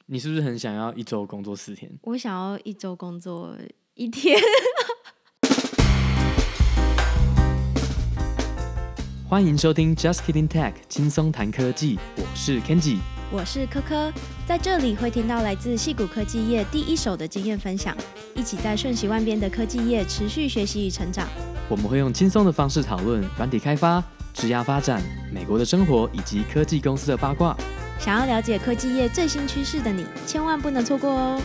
你是不是很想要一周工作4天？ 我想要一周工作1天。 欢迎收听 Just Kidding Tech 轻松谈科技，我是 Kenji， 我是科科，在这里会听到来自矽谷科技业第一手的经验分享，一起在瞬息万变的科技业持续学习与成长。 我们会用轻松的方式讨论软体开发、职涯发展、美国的生活以及科技公司的八卦。 想要了解科技业最新趋势的你，千万不能错过哦！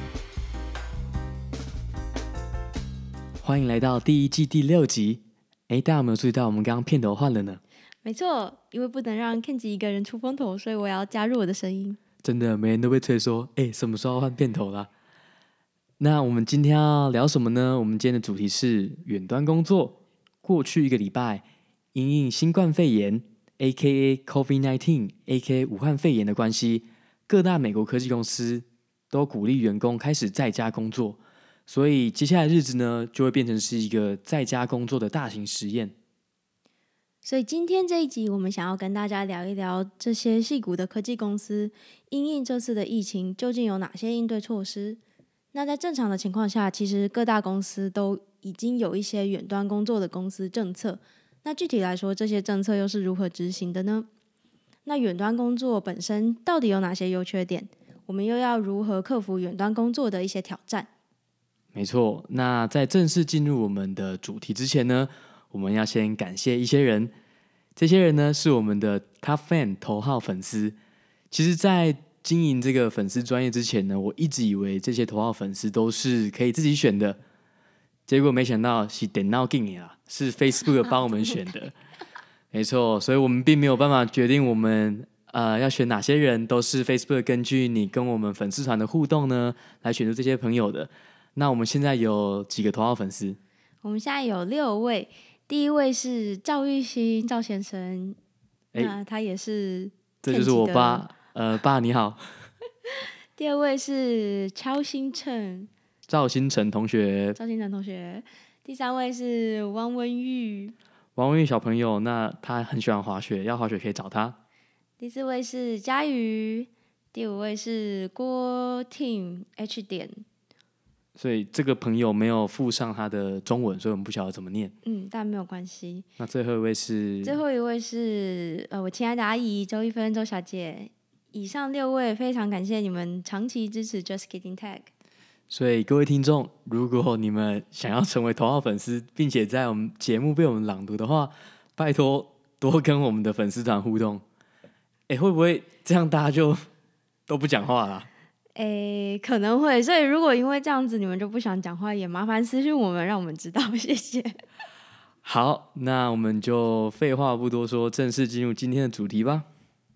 欢迎来到第1季第6集。大家有没有注意到我们刚刚片头换了呢？ 没错，因为不能让 Kenji 一个人出风头，所以我要加入我的声音。 真的，每人都被催说，什么时候要换片头啦？那我们今天要聊什么呢？我们今天的主题是远端工作。过去1个礼拜，因应新冠肺炎 （AKA COVID-19 武汉肺炎）的关系，各大美国科技公司都鼓励员工开始在家工作。所以接下来的日子呢，就会变成是一个在家工作的大型实验。 所以今天这一集，我们想要跟大家聊一聊这些矽谷的科技公司因应这次的疫情，究竟有哪些应对措施？那在正常的情况下，其实各大公司都已经有一些远端工作的公司政策。那具体来说，这些政策又是如何执行的呢？那远端工作本身到底有哪些优缺点？我们又要如何克服远端工作的一些挑战？ 没错，那在正式进入我们的主题之前呢，我们要先感谢一些人。这些人呢，是我们的 Top Fan 头号粉丝。其实在经营这个粉丝专页之前呢，我一直以为这些头号粉丝都是可以自己选的，结果没想到是电脑给你啦，是 Facebook 帮我们选的。没错，所以我们并没有办法决定我们要选哪些人，都是 Facebook 根据你跟我们粉丝团的互动呢，来选出这些朋友的。那我们现在有几个头号粉丝？ 我们现在有6位，第一位是赵玉兴赵先生，那他也是， 这就是我爸，爸你好。 第二位是赵新成同学。 第三位是王文玉小朋友，那他很喜欢滑雪，要滑雪可以找他。 第4位是佳瑜，第5位是郭 Tim H 点。 所以这个朋友没有附上他的中文，所以我们不晓得怎么念。 但没有关系。 那最后一位是我亲爱的阿姨周一芬周小姐。以上6位非常感谢你们长期支持 Just Kidding Tech。 所以各位听众，如果你们想要成为头号粉丝，并且在我们节目被我们朗读的话，拜托多跟我们的粉丝团互动。会不会这样大家就都不讲话啦？ 可能会，所以如果因为这样子你们就不想讲话，也麻烦私讯我们，让我们知道，谢谢。 好，那我们就废话不多说，正式进入今天的主题吧。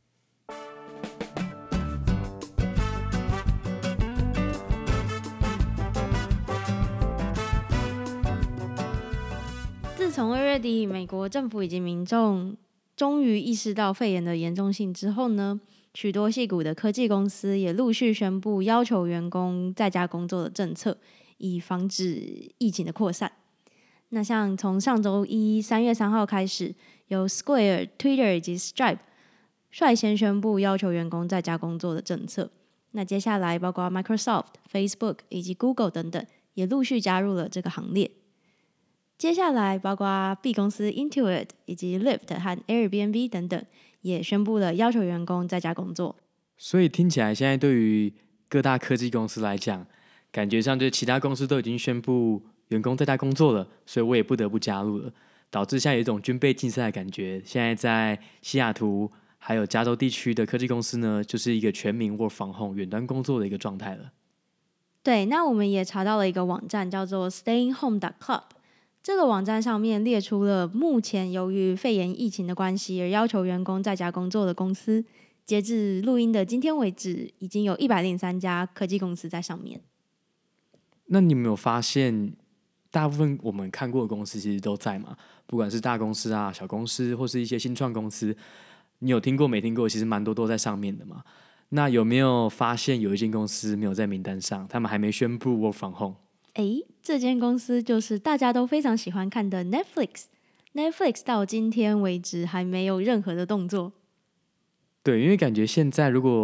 自从2月底，美国政府以及民众终于意识到肺炎的严重性之后呢，许多矽谷的科技公司也陆续宣布要求员工在家工作的政策，以防止疫情的扩散。那像从上周一3月3号开始，由 Square、Twitter 以及 Stripe 率先宣布要求员工在家工作的政策。那接下来包括 Microsoft、Facebook 以及 Google 等等，也陆续加入了这个行列。接下来包括 B 公司 Intuit 以及 Lyft 和 Airbnb 等等，也宣布了要求员工在家工作。 所以听起来现在对于各大科技公司来讲，感觉上就是其他公司都已经宣布员工在家工作了，所以我也不得不加入了，导致现在有一种军备竞赛的感觉。现在在西雅图还有加州地区的科技公司呢，就是一个全民 work from home 远端工作的一个状态了。 对，那我们也查到了一个网站叫做 stayinghome.club， 这个网站上面列出了目前由于肺炎疫情的关系而要求员工在家工作的公司，截至录音的今天为止，已经有103家科技公司在上面。 那你有没有发现，大部分我们看过的公司其实都在嘛？不管是大公司啊、小公司，或是一些新创公司，你有听过没听过？其实蛮多都在上面的嘛。那有没有发现有一间公司没有在名单上？他们还没宣布 work from home。 这间公司就是大家都非常喜欢看的 Netflix。Netflix 到今天为止还没有任何的动作。 对，因为感觉现在如果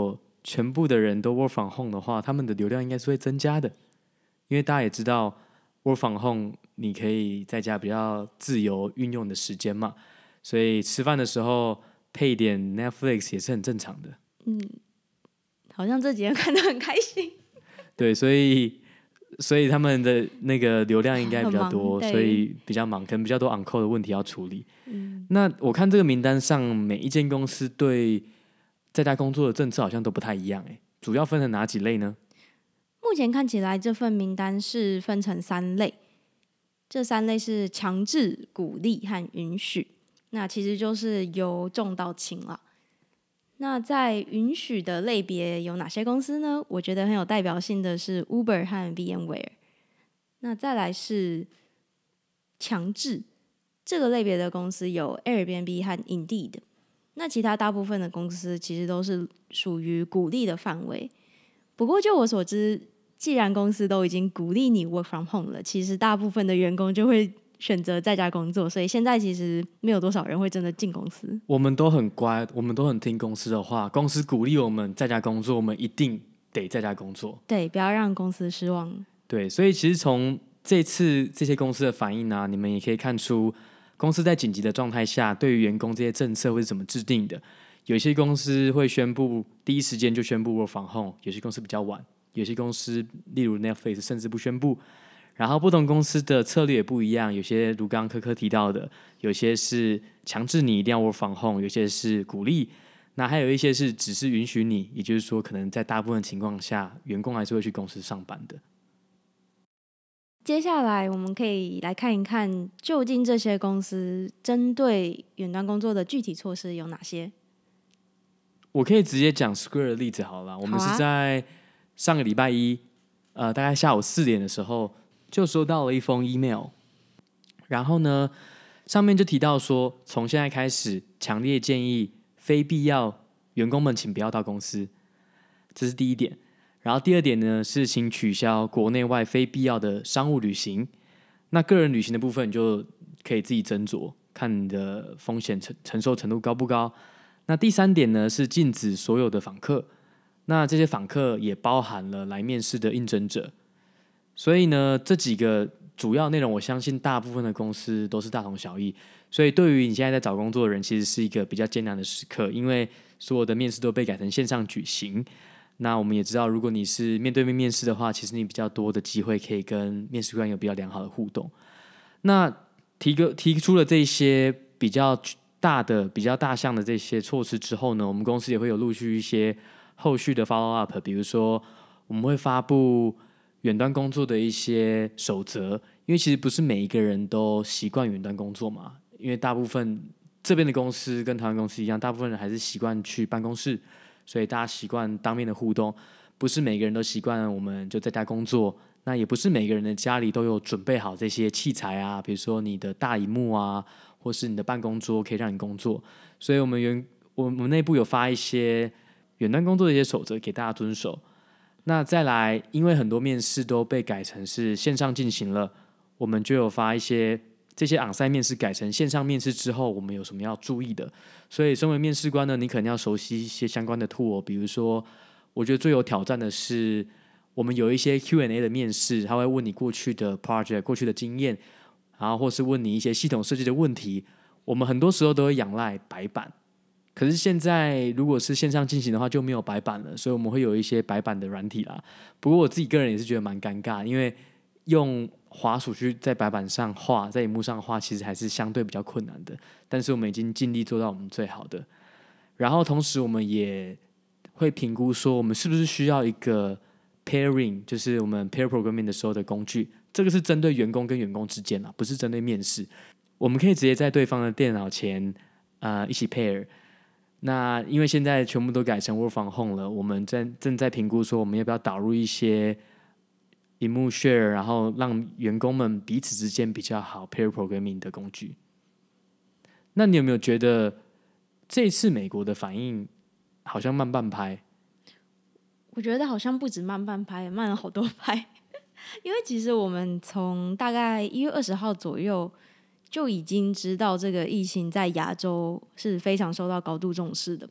全部的人都 work from home 的话，他们的流量应该是会增加的，因为大家也知道 work from home 你可以在家比较自由运用的时间嘛，所以吃饭的时候配一点 Netflix 也是很正常的。 好像这几天看得很开心。 对，所以他们的那个流量应该比较多， 很忙， 所以比较忙，可能比较多 on call 的问题要处理。那我看这个名单上，每一间公司对在家工作的政策好像都不太一样，主要分成哪几类呢？ 目前看起来这份名单是分成3类，这3类是强制、鼓励和允许。那其实就是由重到轻了。那在允许的类别有哪些公司呢？我觉得很有代表性的是 Uber 和 VMware。那再来是强制这个类别的公司有 Airbnb 和 Indeed。那其他大部分的公司其实都是属于鼓励的范围。不过就我所知，既然公司都已经鼓励你 work from home 了，其实大部分的员工就会选择在家工作，所以现在其实没有多少人会真的进公司。 我们都很乖，我们都很听公司的话，公司鼓励我们在家工作，我们一定得在家工作。 对，不要让公司失望。 对，所以其实从这次这些公司的反应啊，你们也可以看出公司在紧急的状态下，对于员工这些政策会是怎么制定的。有些公司会宣布第一时间就宣布 work from home， 有些公司比较晚，有些公司例如 Netflix 甚至不宣布。然后不同公司的策略也不一样，有些如刚刚科科提到的，有些是强制你一定要 work from home， 有些是鼓励，那还有一些是只是允许你，也就是说可能在大部分情况下，员工还是会去公司上班的。 接下来我们可以来看一看，究竟这些公司针对远端工作的具体措施有哪些。 我可以直接讲 Square 的例子好了。我们是在上个礼拜一，大概下午4点的时候，就收到了一封 email， 然后呢，上面就提到说，从现在开始，强烈建议非必要员工们请不要到公司，这是第一点。然后第二点呢，是请取消国内外非必要的商务旅行。那个人旅行的部分，你就可以自己斟酌，看你的风险承受程度高不高。那第三点呢，是禁止所有的访客。那这些访客也包含了来面试的应征者。所以呢，这几个主要内容，我相信大部分的公司都是大同小异。所以对于你现在在找工作的人，其实是一个比较艰难的时刻，因为所有的面试都被改成线上举行。那我们也知道，如果你是面对面面试的话，其实你比较多的机会可以跟面试官有比较良好的互动。那提出了这些比较大的、比较大项的这些措施之后呢，我们公司也会有陆续一些后续的 follow up， 比如说我们会发布远端工作的一些守则，因为其实不是每一个人都习惯远端工作嘛，因为大部分这边的公司跟台湾公司一样，大部分人还是习惯去办公室，所以大家习惯当面的互动，不是每个人都习惯我们就在家工作。那也不是每个人的家里都有准备好这些器材啊，比如说你的大萤幕啊，或是你的办公桌可以让你工作。所以我们内部有发一些远端工作的一些守则给大家遵守。那再来，因为很多面试都被改成是线上进行了，我们就有发一些这些 on-site 面试改成线上面试之后，我们有什么要注意的。所以身为面试官呢，你可能要熟悉一些相关的 tool， 比如说我觉得最有挑战的是我们有一些 Q&A 的面试，他会问你过去的 project、过去的经验，然后或是问你一些系统设计的问题。我们很多时候都会仰赖白板，可是现在如果是线上进行的话，就没有白板了，所以我们会有一些白板的软体啦。不过我自己个人也是觉得蛮尴尬，因为用滑鼠去在白板上画，在荧幕上画，其实还是相对比较困难的。但是我们已经尽力做到我们最好的。然后同时我们也会评估说，我们是不是需要一个pairing， 就是我们 pair programming 的时候的工具，这个是针对员工跟员工之间不是针对面试。我们可以直接在对方的电脑前一起 pair。那因为现在全部都改成 work from home 了，我们正在评估说我们要不要导入一些萤幕 share， 然后让员工们彼此之间比较好 pair programming 的工具。那你有没有觉得这次美国的反应好像慢半拍？ 我觉得好像不止慢半拍，慢了好多拍。因为其实我们从大概1月20号左右就已经知道这个疫情在亚洲是非常受到高度重视的嘛。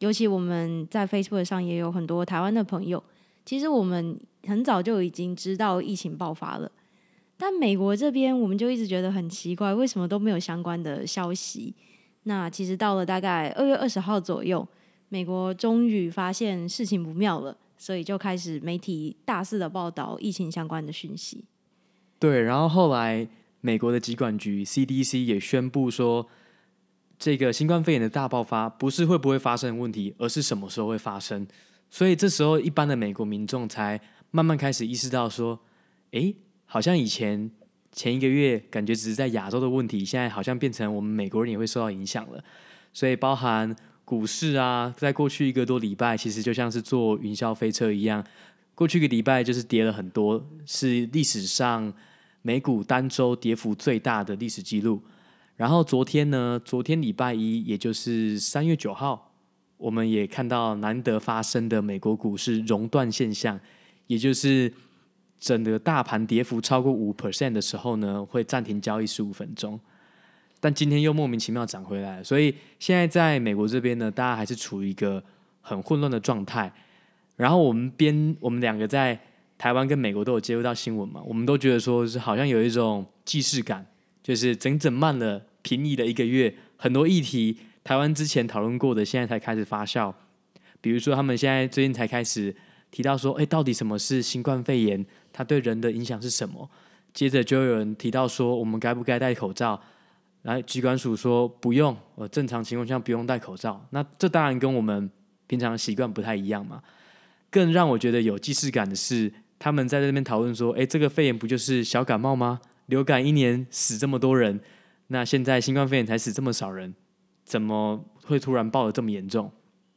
尤其我们在 Facebook 上也有很多台湾的朋友，其实我们很早就已经知道疫情爆发了，但美国这边我们就一直觉得很奇怪，为什么都没有相关的消息？那其实到了大概2月20号左右，美国终于发现事情不妙了，所以就开始媒体大肆的报道疫情相关的讯息。 对，然后后来美国的疾管局 CDC 也宣布说，这个新冠肺炎的大爆发不是会不会发生的问题，而是什么时候会发生。所以这时候一般的美国民众才慢慢开始意识到说，诶，好像前一个月感觉只是在亚洲的问题，现在好像变成我们美国人也会受到影响了。所以包含股市啊，在过去1个多礼拜，其实就像是坐云霄飞车一样，过去1个礼拜就是跌了很多，是历史上美股单周跌幅最大的历史记录。然后昨天呢，昨天礼拜一，也就是3月9号，我们也看到难得发生的美国股市熔断现象，也就是整个大盘跌幅超过5% 的时候呢，会暂停交易15分钟。但今天又莫名其妙涨回来了，所以现在在美国这边呢，大家还是处于一个很混乱的状态。然后我们两个在台湾跟美国都有接触到新闻嘛，我们都觉得说是好像有一种既视感，就是整整慢了平移了1个月，很多议题台湾之前讨论过的，现在才开始发酵。比如说他们现在最近才开始提到说，到底什么是新冠肺炎，它对人的影响是什么？接着就有人提到说，我们该不该戴口罩？然后疾管署说不用，正常情况下不用戴口罩。那这当然跟我们平常习惯不太一样嘛。更让我觉得有既视感的是，他们在这边讨论说，这个肺炎不就是小感冒吗？流感1年死这么多人，那现在新冠肺炎才死这么少人，怎么会突然爆得这么严重？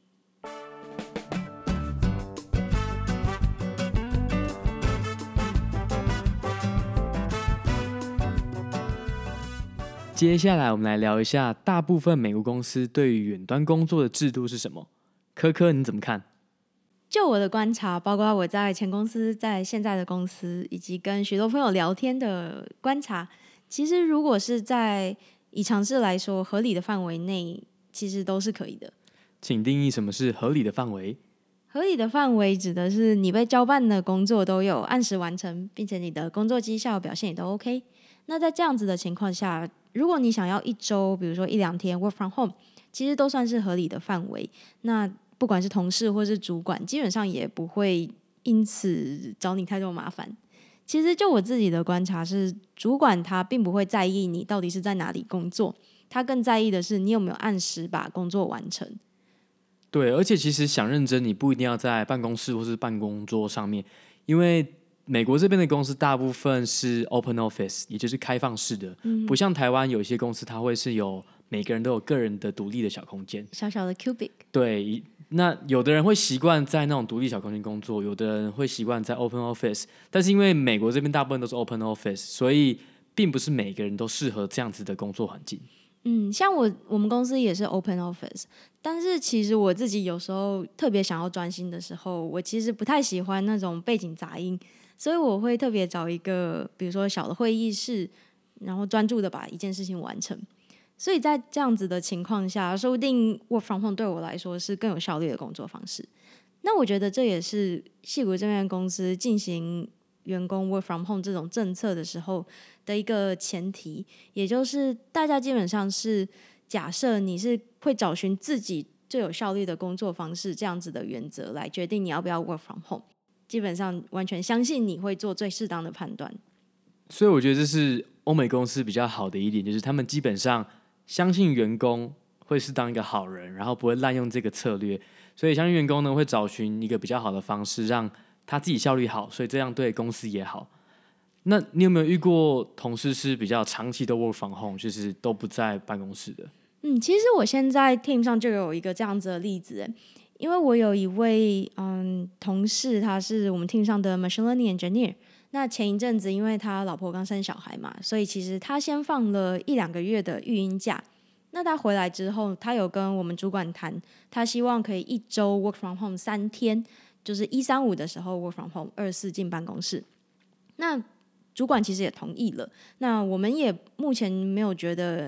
接下来我们来聊一下大部分美国公司对于远端工作的制度是什么。科科你怎么看？ 就我的观察，包括我在前公司、在现在的公司，以及跟许多朋友聊天的观察，其实如果是在以尝试来说合理的范围内，其实都是可以的。 请定义什么是合理的范围。 合理的范围指的是你被交办的工作都有按时完成，并且你的工作绩效表现也都 OK。那在这样子的情况下，如果你想要1周，比如说1-2天 work from home， 其实都算是合理的范围。那不管是同事或是主管，基本上也不会因此找你太多麻烦。其实就我自己的观察是，主管他并不会在意你到底是在哪里工作，他更在意的是你有没有按时把工作完成。 对，而且其实想认真，你不一定要在办公室或是办公桌上面，因为美国这边的公司大部分是 open office， 也就是开放式的，不像台湾有一些公司它会是有每个人都有个人的独立的小空间， 小小的 cubic。 对，那有的人会习惯在那种独立小空间工作，有的人会习惯在 open office， 但是因为美国这边大部分都是 open office， 所以并不是每个人都适合这样子的工作环境。 像我们公司也是 open office， 但是其实我自己有时候特别想要专心的时候，我其实不太喜欢那种背景杂音，所以我会特别找一个比如说小的会议室，然后专注的把一件事情完成。所以在这样子的情况下，说不定 work from home 对我来说是更有效率的工作方式。那我觉得这也是矽谷这边的公司进行员工 work from home 这种政策的时候的一个前提，也就是大家基本上是假设你是会找寻自己最有效率的工作方式这样子的原则来决定你要不要 work from home， 基本上完全相信你会做最适当的判断。 所以我觉得这是欧美公司比较好的一点，就是他们基本上相信员工会是当一个好人，然后不会滥用这个策略，所以相信员工呢会找寻一个比较好的方式，让他自己效率好，所以这样对公司也好。那你有没有遇过同事是比较长期的 work from home， 就是都不在办公室的？ 其实我现在 team 上就有一个这样子的例子，因为我有一位同事，他是我们 team 上的 machine learning engineer。那前一阵子因为他老婆刚生小孩嘛，所以其实他先放了1-2个月的育婴假。那他回来之后，他有跟我们主管谈，他希望可以1周 work from home 3天，就是1、3、5的时候 work from home， 2、4进办公室。那主管其实也同意了。那我们也目前没有觉得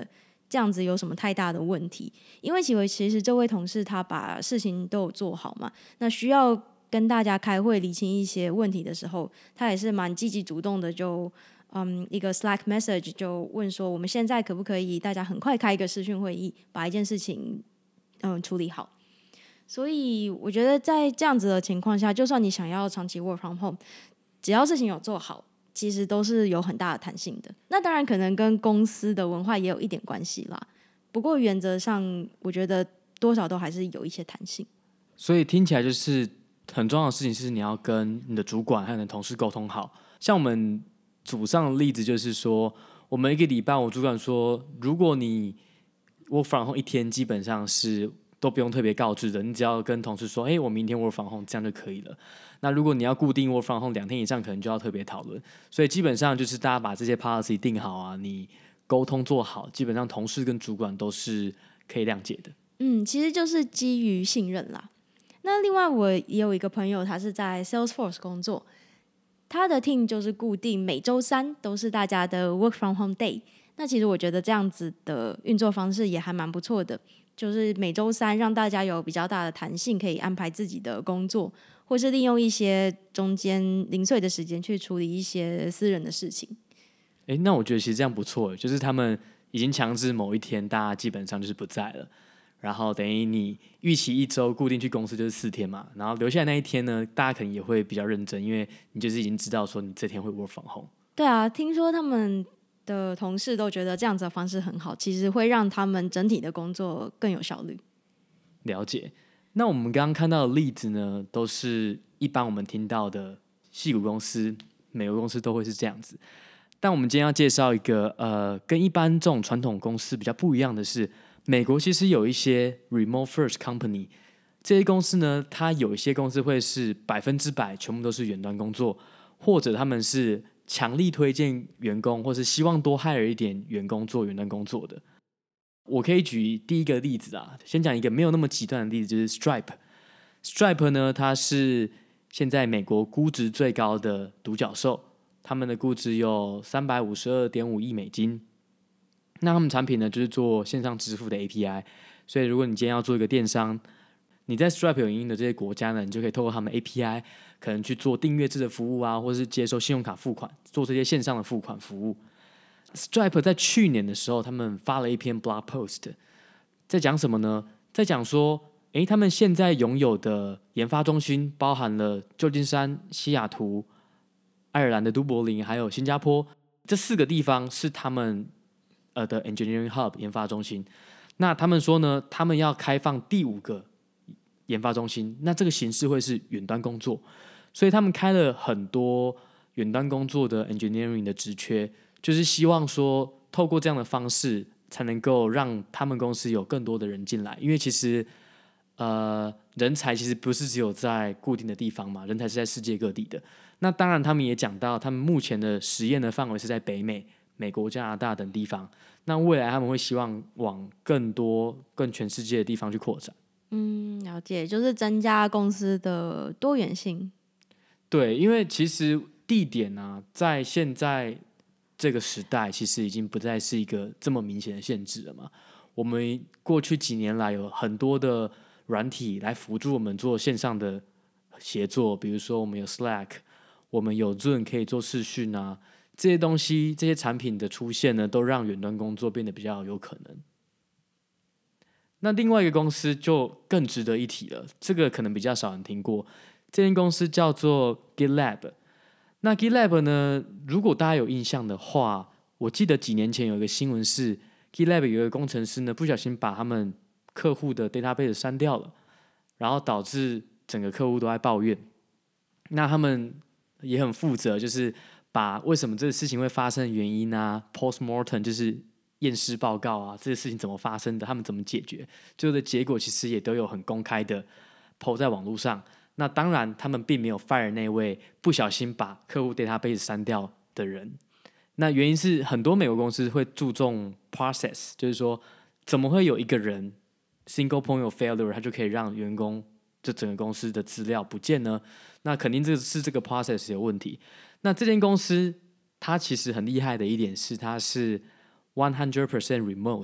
这样子有什么太大的问题，因为其实这位同事他把事情都有做好嘛，那需要跟大家开会理清一些问题的时候，他也是蛮积极主动的，就一个 Slack message 就问说，我们现在可不可以大家很快开一个视讯会议，把一件事情处理好。所以我觉得在这样子的情况下，就算你想要长期 work from home， 只要事情有做好，其实都是有很大的弹性的。那当然可能跟公司的文化也有一点关系啦，不过原则上我觉得多少都还是有一些弹性。 所以听起来就是很重要的事情是你要跟你的主管和你的同事沟通好。像我们组上的例子就是说，我们一个礼拜我主管说，如果你 work from home 一天基本上是都不用特别告知的，你只要跟同事说，我明天 work from home 这样就可以了。那如果你要固定 work from home 2天以上，可能就要特别讨论。所以基本上就是大家把这些 policy 定好啊，你沟通做好，基本上同事跟主管都是可以谅解的。 其实就是基于信任啦。那另外我也有一个朋友，他是在 Salesforce 工作，他的 team 就是固定每周3都是大家的 work from home day。那其实我觉得这样子的运作方式也还蛮不错的，就是每周3让大家有比较大的弹性，可以安排自己的工作，或是利用一些中间零碎的时间去处理一些私人的事情。 那我觉得其实这样不错，就是他们已经强制某一天大家基本上就是不在了，然后等于你预期1周固定去公司就是4天嘛，然后留下来那一天呢，大家可能也会比较认真，因为你就是已经知道说你这天会 work from home。 对啊，听说他们的同事都觉得这样子的方式很好，其实会让他们整体的工作更有效率。 了解。那我们刚刚看到的例子呢，都是一般我们听到的矽谷公司、美国公司都会是这样子。但我们今天要介绍一个跟一般这种传统公司比较不一样的是，美国其实有一些 remote first company， 这些公司呢，它有一些公司会是100%全部都是远端工作，或者他们是强力推荐员工，或是希望多 hire 一点员工做远端工作的。我可以举第一个例子啊，先讲一个没有那么极端的例子，就是 Stripe。Stripe 呢，它是现在美国估值最高的独角兽，他们的估值有352.5亿美金。那他们产品呢，就是做线上支付的 API， 所以如果你今天要做一个电商，你在 Stripe 有营运的这些国家呢，你就可以透过他们 API， 可能去做订阅制的服务啊，或是接受信用卡付款，做这些线上的付款服务。Stripe 在去年的时候，他们发了一篇 blog post， 在讲什么呢？在讲说，他们现在拥有的研发中心包含了旧金山、西雅图、爱尔兰的都柏林，还有新加坡，这4个地方是他们的 engineering hub 研发中心。那他们说呢，他们要开放第5个研发中心，那这个形式会是远端工作，所以他们开了很多远端工作的 engineering 的职缺，就是希望说透过这样的方式才能够让他们公司有更多的人进来，因为其实人才其实不是只有在固定的地方嘛，人才是在世界各地的。那当然他们也讲到他们目前的实验的范围是在北美、美国、加拿大等地方，那未来他们会希望往更多更全世界的地方去扩展。 了解，就是增加公司的多元性。 对，因为其实地点啊，在现在这个时代，其实已经不再是一个这么明显的限制了嘛。我们过去几年来有很多的软体来辅助我们做线上的协作，比如说我们有 Slack， 我们有 Zoom 可以做视讯啊，这些东西、这些产品的出现呢，都让远端工作变得比较有可能。那另外一个公司就更值得一提了，这个可能比较少人听过。这间公司叫做 GitLab。那 GitLab 呢，如果大家有印象的话，我记得几年前有一个新闻是 GitLab 有一个工程师呢，不小心把他们客户的 database 删掉了，然后导致整个客户都在抱怨。那他们也很负责，就是把为什么这个事情会发生的原因啊 ，postmortem 就是验尸报告啊，这个事情怎么发生的，他们怎么解决，最后的结果其实也都有很公开的 po 在网络上。那当然，他们并没有 fire 那位不小心把客户 database 删掉的人。那原因是很多美国公司会注重 process， 就是说怎么会有一个人 single point of failure， 他就可以让员工这整个公司的资料不见呢？那肯定这个 process 有问题。那这间公司它其实很厉害的一点是，它是100% remote，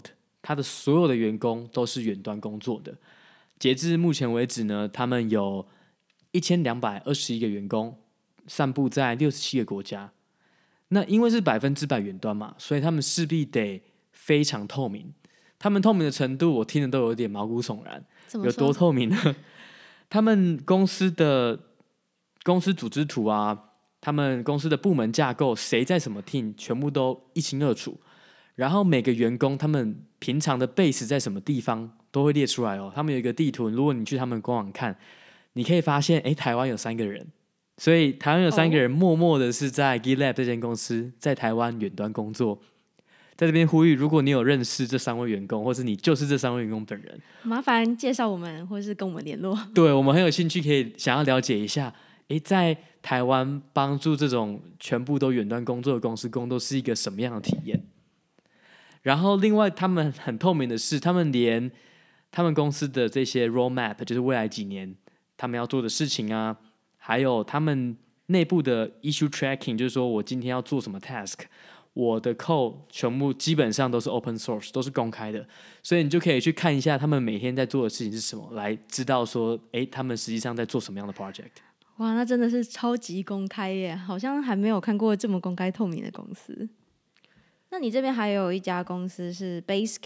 他的所有的员工都是远端工作的。截至目前为止呢，他们有1221个员工，散布在67个国家。那因为是100%远端嘛，所以他们势必得非常透明。他们透明的程度，我听的都有点毛骨悚然。有多透明呢？他们公司的公司组织图啊，他们公司的部门架构，谁在什么 team， 全部都一清二楚。然后每个员工他们平常的 base 在什么地方都会列出来哦。他们有一个地图，如果你去他们官网看，你可以发现，台湾有3个人，所以台湾有3个人默默的是在 GitLab 这间公司在台湾远端工作。在这边呼吁，如果你有认识这3位员工，或是你就是这3位员工本人， 麻烦介绍我们，或是跟我们联络。 对，我们很有兴趣，可以想要了解一下，在台湾帮助这种全部都远端工作的公司工作是一个什么样的体验。然后另外他们很透明的是，他们连他们公司的这些 roadmap， 就是未来几年他们要做的事情啊，还有他们内部的 issue tracking， 就是说我今天要做什么 task， 我的 code 全部基本上都是 open source， 都是公开的，所以你就可以去看一下他们每天在做的事情是什么，来知道说他们实际上在做什么样的 project。 哇，那真的是超级公开耶，好像还没有看过这么公开透明的公司。那你这边还有一家公司是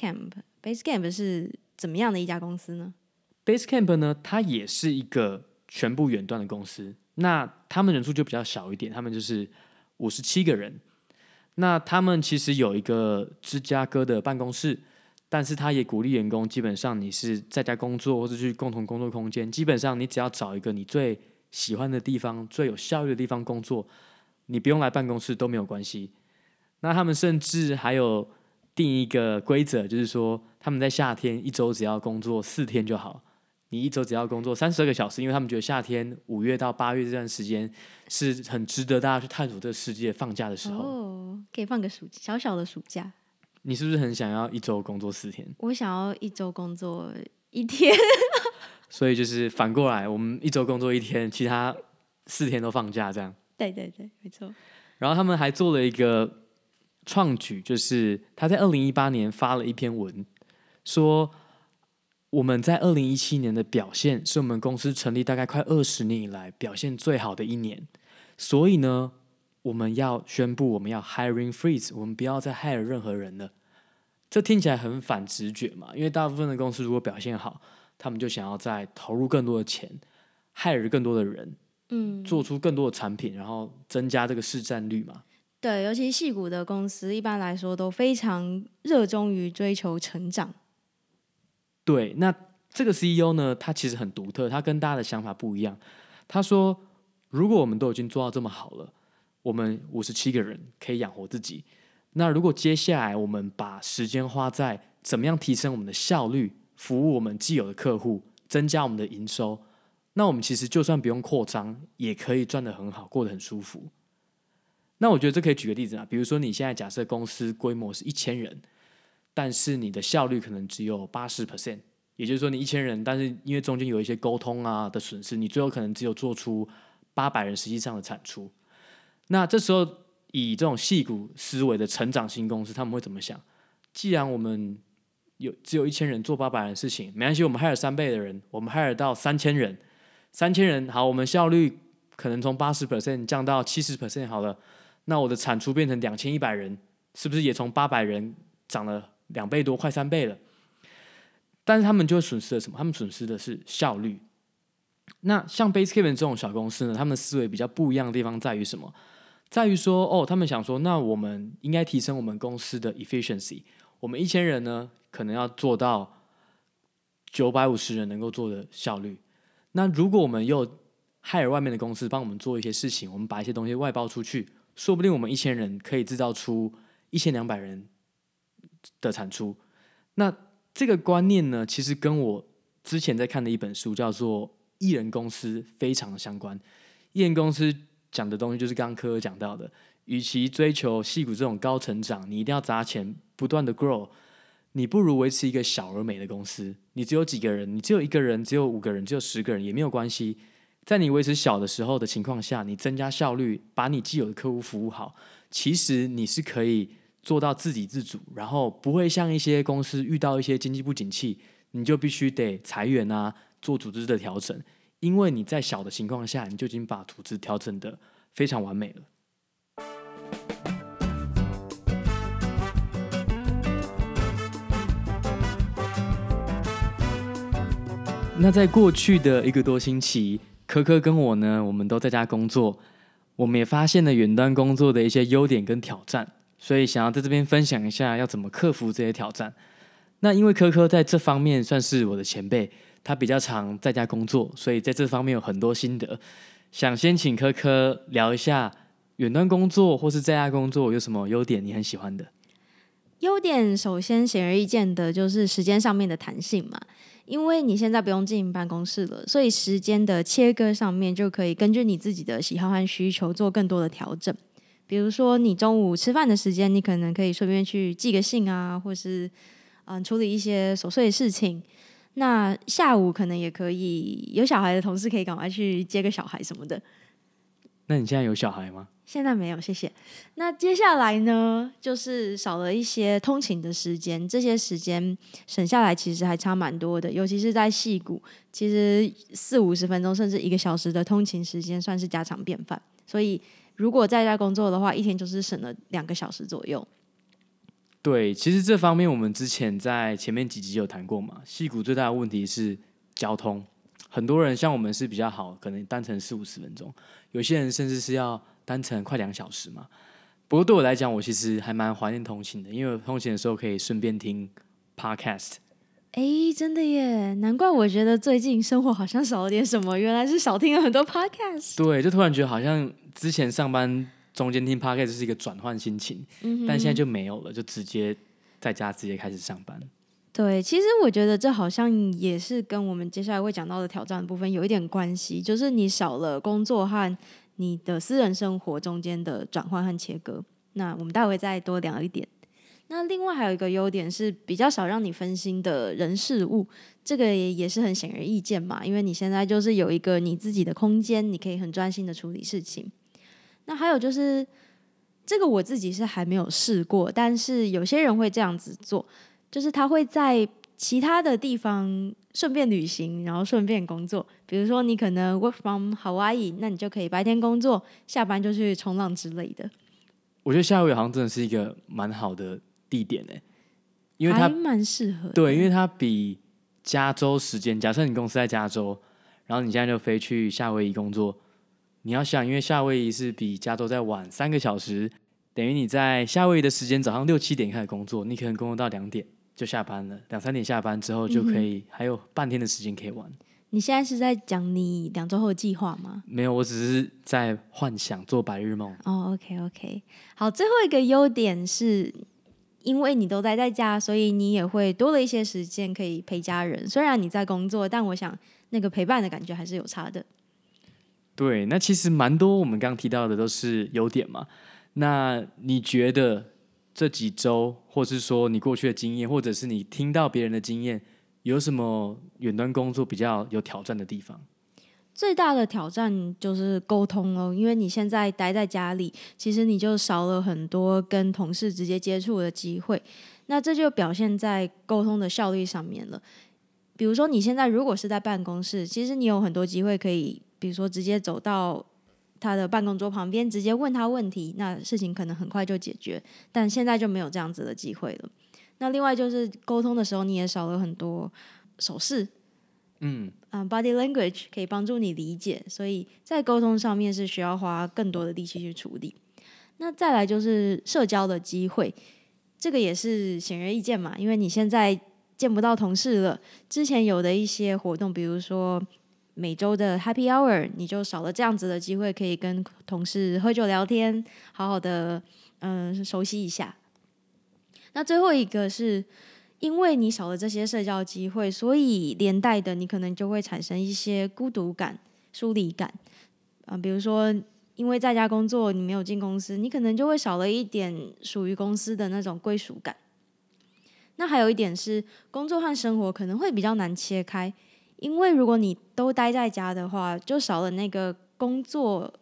Basecamp 是怎么样的一家公司呢？ Basecamp 呢，它也是一个全部远端的公司，那他们人数就比较小一点，他们就是57个人。那他们其实有一个芝加哥的办公室，但是他也鼓励员工，基本上你是在家工作或者去共同工作空间，基本上你只要找一个你最喜欢的地方、最有效率的地方工作，你不用来办公室都没有关系。那他们甚至还有定一个规则，就是说他们在夏天1周只要工作4天就好，你1周只要工作32个小时，因为他们觉得夏天5月到8月这段时间是很值得大家去探索这个世界放假的时候。 可以放个小小的暑假。 你是不是很想要1周工作4天？ 我想要1周工作1天。 所以就是反过来，我们1周工作1天，其他4天都放假这样。 对对对，没错。 然后他们还做了一个创举，就是他在2018年发了一篇文，说我们在2017年的表现是我们公司成立大概快20年以来表现最好的1年，所以呢，我们要宣布我们要 hiring freeze， 我们不要再 hire 任何人了。这听起来很反直觉嘛，因为大部分的公司如果表现好，他们就想要再投入更多的钱 hire 更多的人，做出更多的产品，然后增加这个市占率嘛。 对，尤其矽谷的公司一般来说都非常热衷于追求成长。 对，那这个 CEO 呢，他其实很独特，他跟大家的想法不一样。他说，如果我们都已经做到这么好了，我们57个人可以养活自己，那如果接下来我们把时间花在怎么样提升我们的效率，服务我们既有的客户，增加我们的营收，那我们其实就算不用扩张，也可以赚得很好，过得很舒服。那我觉得这可以举个例子啊，比如说你现在假设公司规模是1000人，但是你的效率可能只有80%，也就是说你1000人，但是因为中间有一些沟通啊的损失，你最后可能只有做出800人实际上的产出。那这时候以这种矽谷思维的成长型公司，他们会怎么想？既然我们只有1000人做800人的事情，没关系，我们 hire 3倍的人，我们 hire 到3000人，3000人好，我们效率可能从80% 降到70% 好了。那我的产出变成2100人，是不是也从800人涨了2倍多，快3倍了？但是他们就会损失了什么？他们损失的是效率。那像 Basecamp 这种小公司呢，他们的思维比较不一样的地方在于什么？在于说，他们想说，那我们应该提升我们公司的 efficiency。我们1000人呢，可能要做到950人能够做的效率。那如果我们又 hire 外面的公司帮我们做一些事情，我们把一些东西外包出去，说不定我们1000人可以制造出1200人的产出。那这个观念呢，其实跟我之前在看的一本书叫做《艺人公司》非常相关。艺人公司讲的东西就是刚刚柯柯讲到的，与其追求矽谷这种高成长，你一定要砸钱不断的 grow， 你不如维持一个小而美的公司。你只有几个人，你只有1个人，只有5个人，只有10个人也没有关系。在你维持小的时候的情况下，你增加效率，把你既有的客户服务好，其实你是可以做到自给自足，然后不会像一些公司遇到一些经济不景气，你就必须得裁员啊，做组织的调整，因为你在小的情况下，你就已经把组织调整的非常完美了。那在过去的1个多星期，科科跟我呢，我们都在家工作，我们也发现了远端工作的一些优点跟挑战，所以想要在这边分享一下要怎么克服这些挑战。那因为科科在这方面算是我的前辈，他比较常在家工作，所以在这方面有很多心得，想先请科科聊一下远端工作或是在家工作有什么优点你很喜欢的。 优点首先显而易见的就是时间上面的弹性嘛，因为你现在不用进办公室了，所以时间的切割上面就可以根据你自己的喜好和需求做更多的调整。比如说你中午吃饭的时间，你可能可以顺便去寄个信啊，或是处理一些琐碎的事情。那下午可能也可以，有小孩的同事可以赶快去接个小孩什么的。 那你现在有小孩吗？ 现在没有，谢谢。那接下来呢，就是少了一些通勤的时间，这些时间省下来其实还差蛮多的，尤其是在矽谷，其实40-50分钟甚至1个小时的通勤时间算是家常便饭。所以如果在家工作的话，一天就是省了2个小时左右。 对，其实这方面我们之前在前面几集有谈过嘛。矽谷最大的问题是交通，很多人像我们是比较好，可能单程40-50分钟，有些人甚至是要单程快2小时嘛。不过对我来讲，我其实还蛮怀念通勤的，因为我通勤的时候可以顺便听 podcast。 真的耶，难怪我觉得最近生活好像少了点什么，原来是少听了很多 podcast。 对，就突然觉得好像之前上班中间听 podcast 是一个转换心情，但现在就没有了，就直接在家直接开始上班。 对，其实我觉得这好像也是跟我们接下来会讲到的挑战的部分有一点关系，就是你少了工作和你的私人生活中间的转换和切割。那我们待会再多聊一点。那另外还有一个优点是比较少让你分心的人事物，这个也是很显而易见嘛，因为你现在就是有一个你自己的空间，你可以很专心的处理事情。那还有就是这个我自己是还没有试过，但是有些人会这样子做，就是他会在其他的地方顺便旅行，然后顺便工作。比如说你可能 work from Hawaii， 那你就可以白天工作，下班就去冲浪之类的。 我觉得夏威夷好像真的是一个蛮好的地点诶，因为它还蛮适合的。 对，因为它比加州时间，假设你公司在加州，然后你现在就飞去夏威夷工作，你要想，因为夏威夷是比加州再晚3个小时，等于你在夏威夷的时间早上6-7点开始工作，你可能工作到2点就下班了，2-3点下班之后就可以还有半天的时间可以玩。 你现在是在讲你2周后的计划吗？ 没有，我只是在幻想做白日梦。 OK， 好，最后一个优点是，因为你都待在家，所以你也会多了一些时间可以陪家人。虽然你在工作，但我想那个陪伴的感觉还是有差的。 对，那其实蛮多我们刚刚提到的都是优点嘛。那你觉得这几周，或是说你过去的经验，或者是你听到别人的经验，有什么远端工作比较有挑战的地方？ 最大的挑战就是沟通哦，因为你现在待在家里，其实你就少了很多跟同事直接接触的机会，那这就表现在沟通的效率上面了。比如说你现在如果是在办公室，其实你有很多机会可以，比如说直接走到他的办公桌旁边，直接问他问题，那事情可能很快就解决。但现在就没有这样子的机会了。那另外就是沟通的时候，你也少了很多手势。body language 可以帮助你理解，所以在沟通上面是需要花更多的力气去处理。那再来就是社交的机会，这个也是显而易见嘛，因为你现在见不到同事了，之前有的一些活动，比如说每周的 Happy Hour， 你就少了这样子的机会，可以跟同事喝酒聊天，好好的熟悉一下。那最后一个是，因为你少了这些社交机会，所以连带的你可能就会产生一些孤独感、疏离感。比如说因为在家工作，你没有进公司，你可能就会少了一点属于公司的那种归属感。那还有一点是，工作和生活可能会比较难切开，因为如果你都待在家的话，就少了那个工作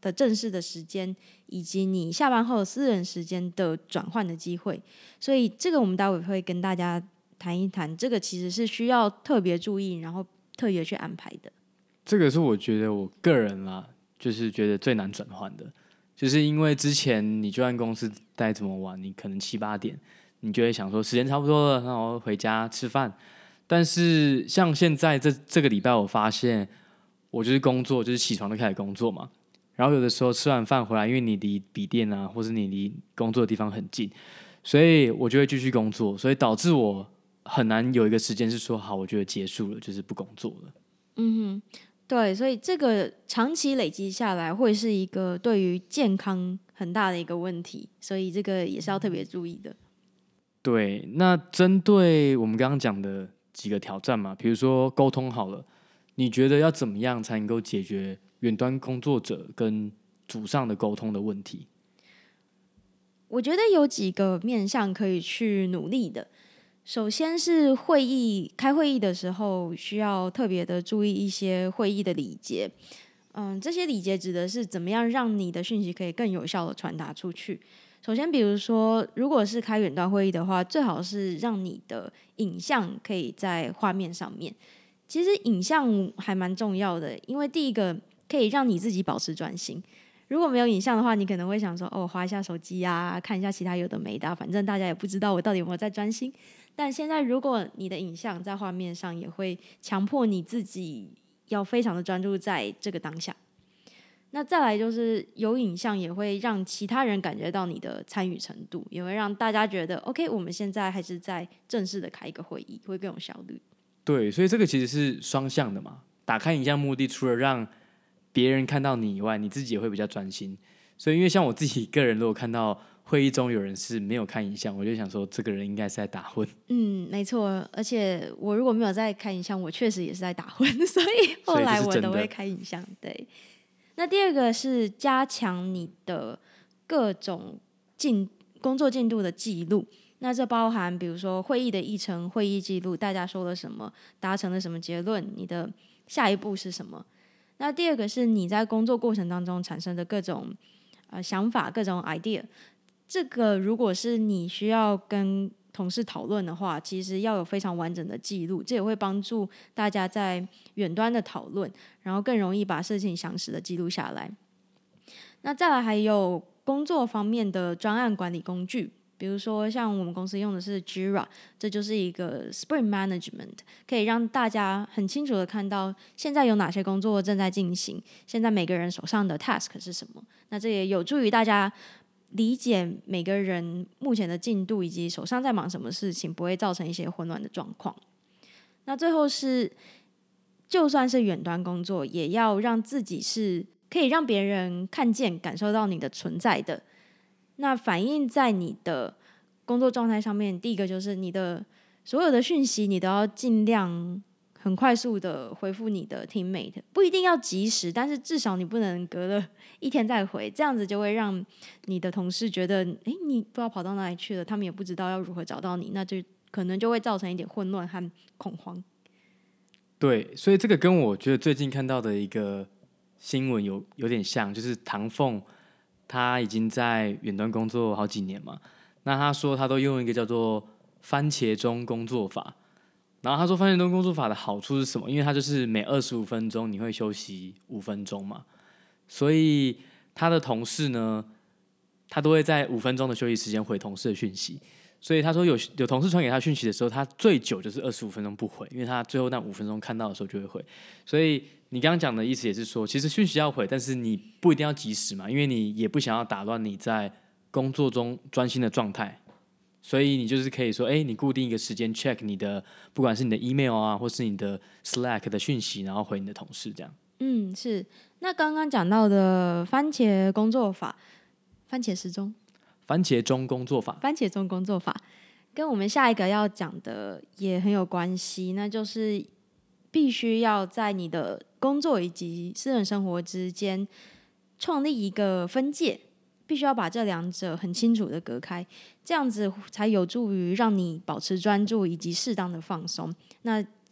的正式的时间，以及你下班后的私人时间的转换的机会。所以这个我们待会会跟大家谈一谈，这个其实是需要特别注意，然后特别去安排的。 这个是我觉得我个人啦，就是觉得最难转换的，就是因为之前你就算公司待这么晚，你可能7、8点，你就会想说时间差不多了，那我回家吃饭。但是像现在这个礼拜，我发现我就是工作，就是起床就开始工作嘛。然后有的时候吃完饭回来，因为你离笔电啊，或是你离工作的地方很近，所以我就会继续工作，所以导致我很难有一个时间是说好，我觉得结束了，就是不工作了。 对，所以这个长期累积下来，会是一个对于健康很大的一个问题，所以这个也是要特别注意的。 对，那针对我们刚刚讲的几个挑战嘛，比如说沟通好了，你觉得要怎么样才能够解决远端工作者跟组上的沟通的问题？ 我觉得有几个面向可以去努力的。首先是开会议的时候，需要特别的注意一些会议的礼节。这些礼节指的是怎么样让你的讯息可以更有效的传达出去。首先，比如说，如果是开远端会议的话，最好是让你的影像可以在画面上面。其实影像还蛮重要的，因为第一个可以让你自己保持专心。如果没有影像的话，你可能会想说，哦，滑一下手机啊，看一下其他有的没的，反正大家也不知道我到底有没有在专心。但现在如果你的影像在画面上，也会强迫你自己要非常的专注在这个当下。那再来就是有影像也会让其他人感觉到你的参与程度，也会让大家觉得 OK， 我们现在还是在正式的开一个会议，会更有效率。 对，所以这个其实是双向的嘛。打开影像目的除了让别人看到你以外，你自己也会比较专心。所以因为像我自己个人，如果看到会议中有人是没有看影像，我就想说这个人应该是在打混。 没错，而且我如果没有在开影像，我确实也是在打混，所以后来我都会开影像。对，那第二个是加强你的各种工作进度的记录。那这包含比如说会议的议程、会议记录，大家说了什么，达成了什么结论，你的下一步是什么。那第二个是你在工作过程当中产生的各种想法、各种 idea。这个如果是你需要跟同事讨论的话，其实要有非常完整的记录，这也会帮助大家在远端的讨论，然后更容易把事情详实的记录下来。那再来还有工作方面的专案管理工具，比如说像我们公司用的是 Jira， 这就是一个 Sprint Management， 可以让大家很清楚的看到现在有哪些工作正在进行，现在每个人手上的 task 是什么。那这也有助于大家理解每个人目前的进度以及手上在忙什么事情，不会造成一些混乱的状况。那最后是，就算是远端工作，也要让自己是可以让别人看见、感受到你的存在的。那反映在你的工作状态上面，第一个就是你的所有的讯息，你都要尽量很快速的回复你的 teammate， 不一定要及时，但是至少你不能隔了一天再回，这样子就会让你的同事觉得，你不知道跑到哪里去了，他们也不知道要如何找到你，那就可能就会造成一点混乱和恐慌。 对，所以这个跟我觉得最近看到的一个新闻有点像，就是唐凤他已经在远端工作好几年嘛，那他说他都用一个叫做番茄钟工作法，然后他说番茄钟工作法的好处是什么？因为他就是每25分钟你会休息5分钟嘛，所以他的同事呢，他都会在5分钟的休息时间回同事的讯息。所以他说有同事传给他讯息的时候，他最久就是25分钟不回，因为他最后那5分钟看到的时候就会回。所以你刚刚讲的意思也是说，其实讯息要回，但是你不一定要及时嘛，因为你也不想要打乱你在工作中专心的状态。所以你就是可以说，你固定一个时间 check 你的，不管是你的 email 啊，或是你的 Slack 的讯息，然后回你的同事这样。 是。那刚刚讲到的番茄工作法、番茄时钟、 番茄钟工作法， 番茄钟工作法，跟我们下一个要讲的也很有关系，那就是必须要在你的工作以及私人生活之间创立一个分界，必须要把这两者很清楚的隔开，这样子才有助于让你保持专注以及适当的放松。那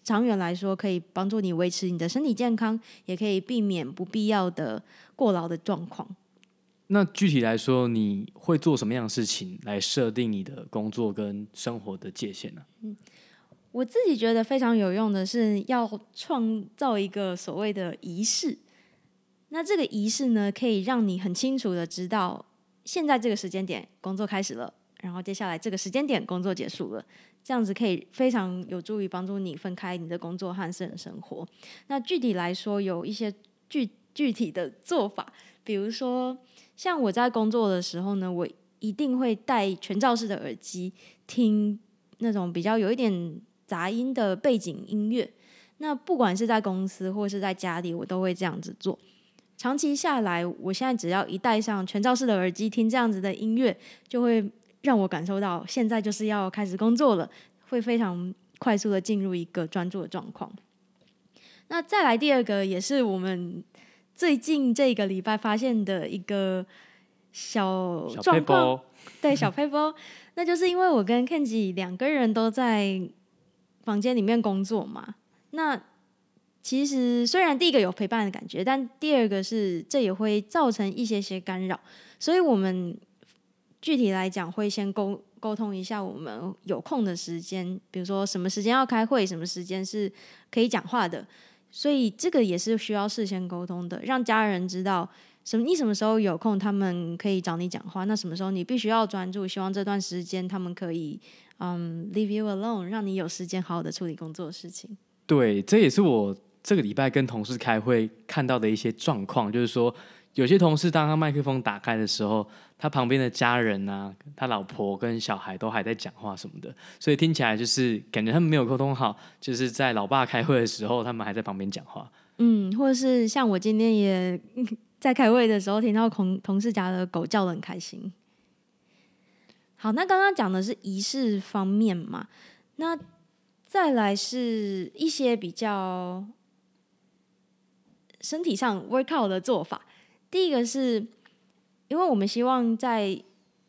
长远来说可以帮助你维持你的身体健康，也可以避免不必要的过劳的状况。 那具体来说，你会做什么样的事情来设定你的工作跟生活的界限呢？ 我自己觉得非常有用的是要创造一个所谓的仪式。那这个仪式呢，可以让你很清楚的知道，现在这个时间点工作开始了，然后接下来这个时间点工作结束了，这样子可以非常有助于帮助你分开你的工作和私人生活。那具体来说，有一些具体的做法，比如说像我在工作的时候呢，我一定会戴全罩式的耳机，听那种比较有一点杂音的背景音乐。那不管是在公司或是在家里，我都会这样子做。长期下来，我现在只要一戴上全罩式的耳机，听这样子的音乐，就会让我感受到现在就是要开始工作了，会非常快速的进入一个专注的状况。那再来第二个，也是我们最近这个礼拜发现的一个小状况，对，小配包，那就是因为我跟 Kenji 两个人都在房间里面工作嘛。那其实虽然第一个有陪伴的感觉，但第二个是这也会造成一些干扰，所以我们具体来讲会先沟通一下我们有空的时间，比如说什么时间要开会，什么时间是可以讲话的，所以这个也是需要事先沟通的，让家人知道你什么时候有空，他们可以找你讲话，那什么时候你必须要专注，希望这段时间他们可以leave you alone， 让你有时间好好的处理工作的事情。 对，这也是我这个礼拜跟同事开会看到的一些状况，就是说有些同事当他麦克风打开的时候，他旁边的家人啊，他老婆跟小孩都还在讲话什么的，所以听起来就是感觉他们没有沟通好，就是在老爸开会的时候，他们还在旁边讲话。 或者是像我今天也在开会的时候听到同事家的狗叫得很开心。好，那刚刚讲的是仪式方面嘛，那再来是一些比较身体上 workout 的做法。第一个是因为我们希望在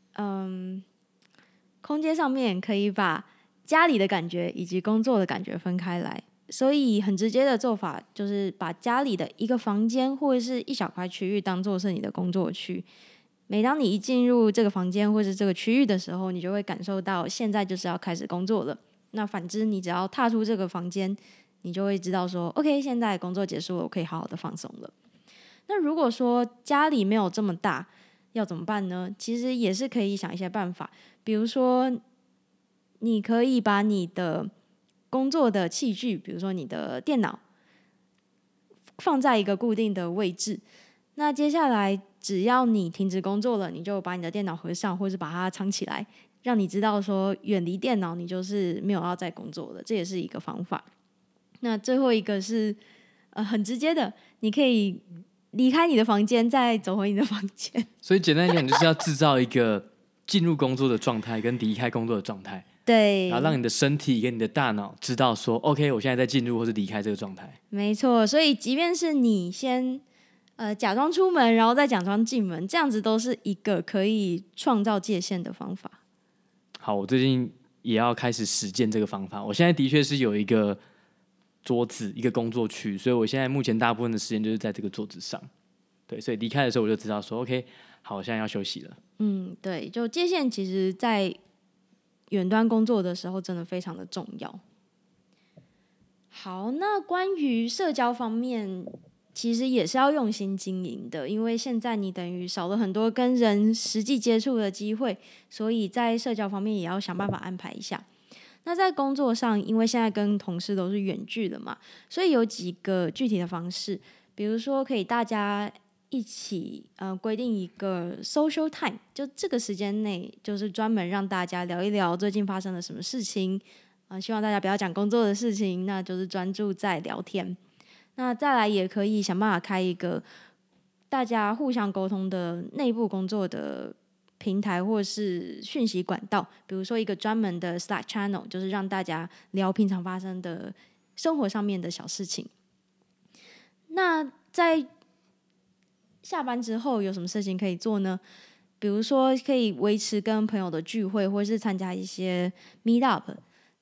空间上面可以把家里的感觉以及工作的感觉分开来，所以很直接的做法就是把家里的一个房间或者是一小块区域当做是你的工作区。每当你一进入这个房间或是这个区域的时候，你就会感受到现在就是要开始工作了。那反之，你只要踏出这个房间，你就会知道说 OK， 现在工作结束了，我可以好好的放松了。那如果说家里没有这么大，要怎么办呢？其实也是可以想一些办法，比如说你可以把你的工作的器具，比如说你的电脑，放在一个固定的位置。那接下来只要你停止工作了，你就把你的电脑合上，或是把它藏起来，让你知道说远离电脑，你就是没有要再工作了，这也是一个方法。那最后一个是很直接的，你可以离开你的房间，再走回你的房间。 所以简单来讲，就是要制造一个进入工作的状态跟离开工作的状态， 对， 然后让你的身体跟你的大脑知道说 OK， 我现在在进入或是离开这个状态。 没错，所以即便是你先假装出门，然后再假装进门，这样子都是一个可以创造界限的方法。 好，我最近也要开始实践这个方法。我现在的确是有一个桌子，一个工作区，所以我现在目前大部分的时间就是在这个桌子上。对，所以离开的时候我就知道说 OK， 好，我现在要休息了。 对，就界限其实在远端工作的时候真的非常的重要。好，那关于社交方面，其实也是要用心经营的，因为现在你等于少了很多跟人实际接触的机会，所以在社交方面也要想办法安排一下。那在工作上，因为现在跟同事都是远距的嘛，所以有几个具体的方式，比如说可以大家一起规定一个 social time， 就这个时间内就是专门让大家聊一聊最近发生了什么事情，希望大家不要讲工作的事情，那就是专注在聊天。那再来也可以想办法开一个大家互相沟通的内部工作的平台或是讯息管道，比如说一个专门的 Slack channel， 就是让大家聊平常发生的生活上面的小事情。那在下班之后有什么事情可以做呢？比如说可以维持跟朋友的聚会，或是参加一些 meet up，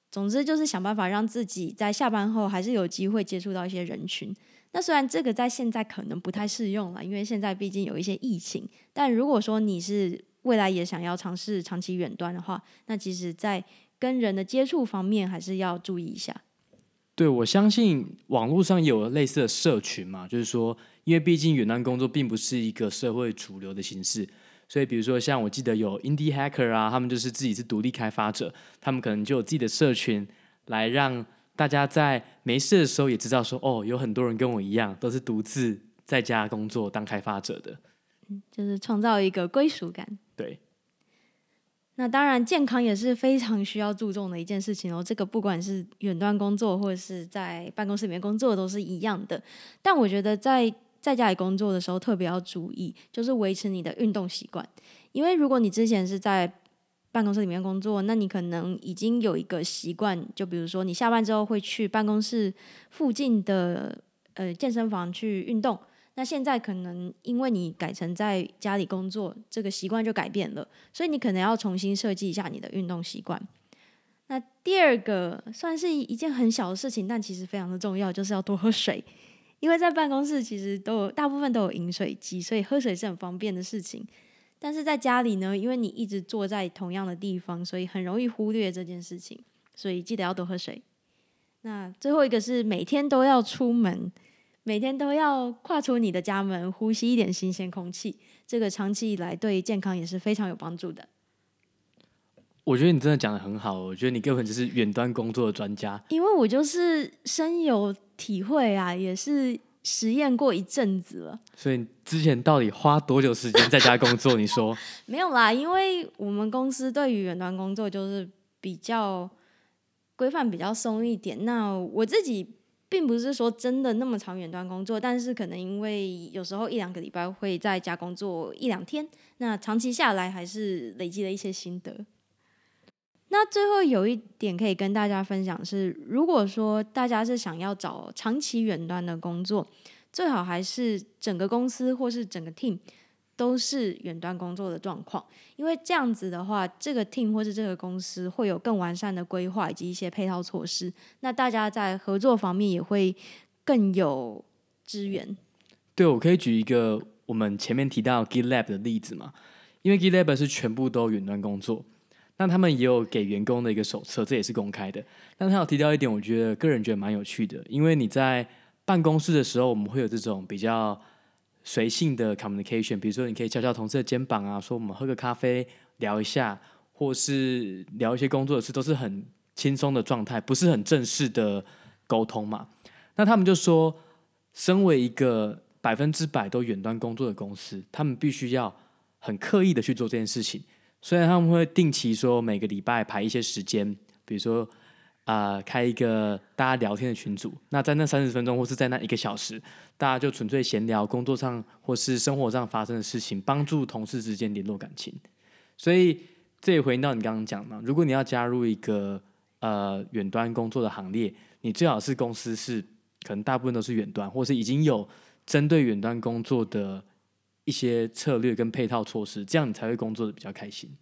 总之就是想办法让自己在下班后还是有机会接触到一些人群。那虽然这个在现在可能不太适用了，因为现在毕竟有一些疫情，但如果说你是未来也想要尝试长期远端的话，那其实在跟人的接触方面还是要注意一下。 对，我相信网络上也有类似的社群嘛，就是说，因为毕竟远端工作并不是一个社会主流的形式，所以比如说像我记得有 indie hacker 啊，他们就是自己是独立开发者，他们可能就有自己的社群，来让大家在没事的时候也知道说，哦，有很多人跟我一样，都是独自在家工作当开发者的， 就是创造一个归属感。 对。 那当然，健康也是非常需要注重的一件事情哦。这个不管是远端工作或者是在办公室里面工作，都是一样的。但我觉得在家里工作的时候，特别要注意，就是维持你的运动习惯。因为如果你之前是在办公室里面工作，那你可能已经有一个习惯，就比如说你下班之后会去办公室附近的健身房去运动。那现在可能因为你改成在家里工作，这个习惯就改变了，所以你可能要重新设计一下你的运动习惯。那第二个算是一件很小的事情，但其实非常的重要，就是要多喝水。因为在办公室其实大部分都有饮水机，所以喝水是很方便的事情。但是在家里呢，因为你一直坐在同样的地方，所以很容易忽略这件事情，所以记得要多喝水。那最后一个是每天都要出门，每天都要跨出你的家门，呼吸一点新鲜空气，这个长期以来对健康也是非常有帮助的。 我觉得你真的讲得很好，我觉得你根本就是远端工作的专家。 因为我就是深有体会啊，也是实验过一阵子了。 所以之前到底花多久时间在家工作？你说？ 没有啦，因为我们公司对于远端工作就是比较规范比较松一点。那我自己并不是说真的那么长远端工作，但是可能因为有时候1-2个礼拜会在家工作1-2天，那长期下来还是累积了一些心得。那最后有一点可以跟大家分享是，如果说大家是想要找长期远端的工作，最好还是整个公司或是整个 team 都是远端工作的状况，因为这样子的话，这个 team 或是这个公司会有更完善的规划以及一些配套措施，那大家在合作方面也会更有支援。 对，我可以举一个我们前面提到 GitLab 的例子嘛，因为 GitLab 是全部都远端工作，那他们也有给员工的一个手册，这也是公开的。但他有提到一点，我个人觉得蛮有趣的，因为你在办公室的时候，我们会有这种比较随性的 communication， 比如说你可以敲敲同事的肩膀啊，说我们喝个咖啡聊一下，或是聊一些工作的事，都是很轻松的状态，不是很正式的沟通嘛。那他们就说，身为一个100%都远端工作的公司，他们必须要很刻意的去做这件事情。虽然他们会定期说每个礼拜排一些时间，比如说开一个大家聊天的群组，那在那30分钟或是在那1个小时，大家就纯粹闲聊工作上或是生活上发生的事情，帮助同事之间联络感情。所以这也回应到你刚刚讲嘛，如果你要加入一个远端工作的行列，你最好是公司是可能大部分都是远端，或是已经有针对远端工作的一些策略跟配套措施，这样你才会工作的比较开心。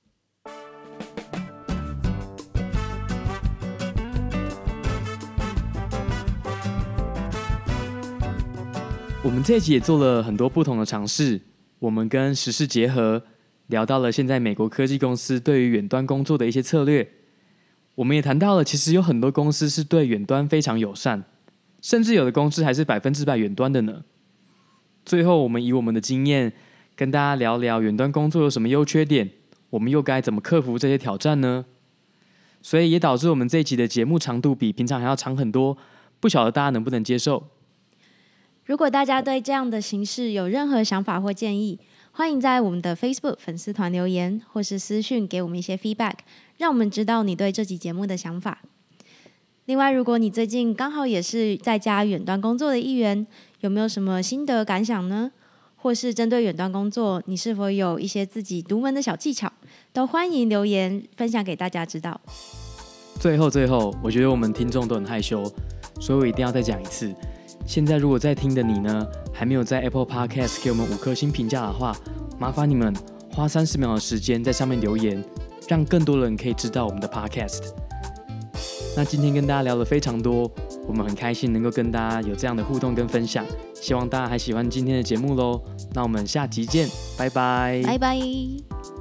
我们这一集也做了很多不同的尝试，我们跟时事结合，聊到了现在美国科技公司对于远端工作的一些策略。我们也谈到了，其实有很多公司是对远端非常友善，甚至有的公司还是100%远端的呢。最后，我们以我们的经验跟大家聊聊远端工作有什么优缺点，我们又该怎么克服这些挑战呢？所以也导致我们这一集的节目长度比平常还要长很多，不晓得大家能不能接受。 如果大家对这样的形式有任何想法或建议，欢迎在我们的 Facebook 粉丝团留言，或是私讯给我们一些 feedback， 让我们知道你对这集节目的想法。另外，如果你最近刚好也是在家远端工作的一员，有没有什么心得感想呢？或是针对远端工作，你是否有一些自己独门的小技巧，都欢迎留言分享给大家知道。 最后，我觉得我们听众都很害羞，所以我一定要再讲一次。现在如果在听的你呢，还没有在 Apple Podcast 给我们5颗星评价的话，麻烦你们花30秒的时间在上面留言，让更多人可以知道我们的 Podcast。 那今天跟大家聊了非常多，我们很开心能够跟大家有这样的互动跟分享，希望大家还喜欢今天的节目咯。那我们下集见，拜拜， 拜拜。